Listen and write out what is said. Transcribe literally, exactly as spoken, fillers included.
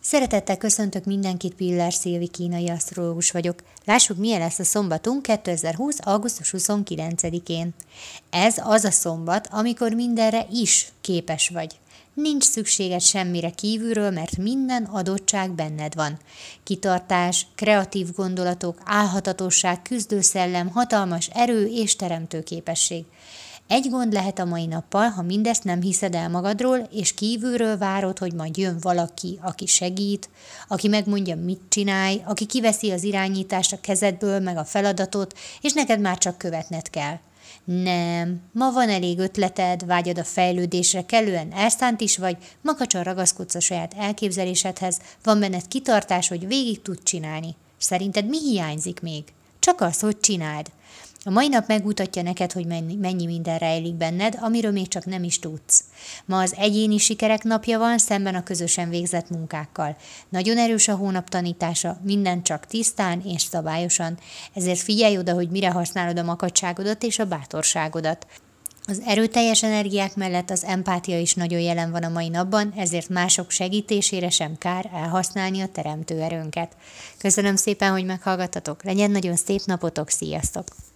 Szeretettel köszöntök mindenkit, Piller Szilvi kínai asztrológus vagyok. Lássuk, milyen lesz a szombatunk kétezer-húsz. augusztus huszonkilencedikén. Ez az a szombat, amikor mindenre is képes vagy. Nincs szükséged semmire kívülről, mert minden adottság benned van. Kitartás, kreatív gondolatok, álhatatosság, küzdőszellem, hatalmas erő és teremtőképesség. Egy gond lehet a mai nappal, ha mindezt nem hiszed el magadról, és kívülről várod, hogy majd jön valaki, aki segít, aki megmondja, mit csinálj, aki kiveszi az irányítást a kezedből, meg a feladatot, és neked már csak követned kell. Nem, ma van elég ötleted, vágyad a fejlődésre, kellően elszánt is vagy, makacsan ragaszkodsz a saját elképzelésedhez, van benned kitartás, hogy végig tud csinálni. Szerinted mi hiányzik még? Csak az, hogy csináld. A mai nap megmutatja neked, hogy mennyi minden rejlik benned, amiről még csak nem is tudsz. Ma az egyéni sikerek napja van, szemben a közösen végzett munkákkal. Nagyon erős a hónap tanítása, minden csak tisztán és szabályosan. Ezért figyelj oda, hogy mire használod a makacságodat és a bátorságodat. Az erőteljes energiák mellett az empátia is nagyon jelen van a mai napban, ezért mások segítésére sem kár elhasználni a teremtő erőnket. Köszönöm szépen, hogy meghallgattatok, legyen nagyon szép napotok, sziasztok!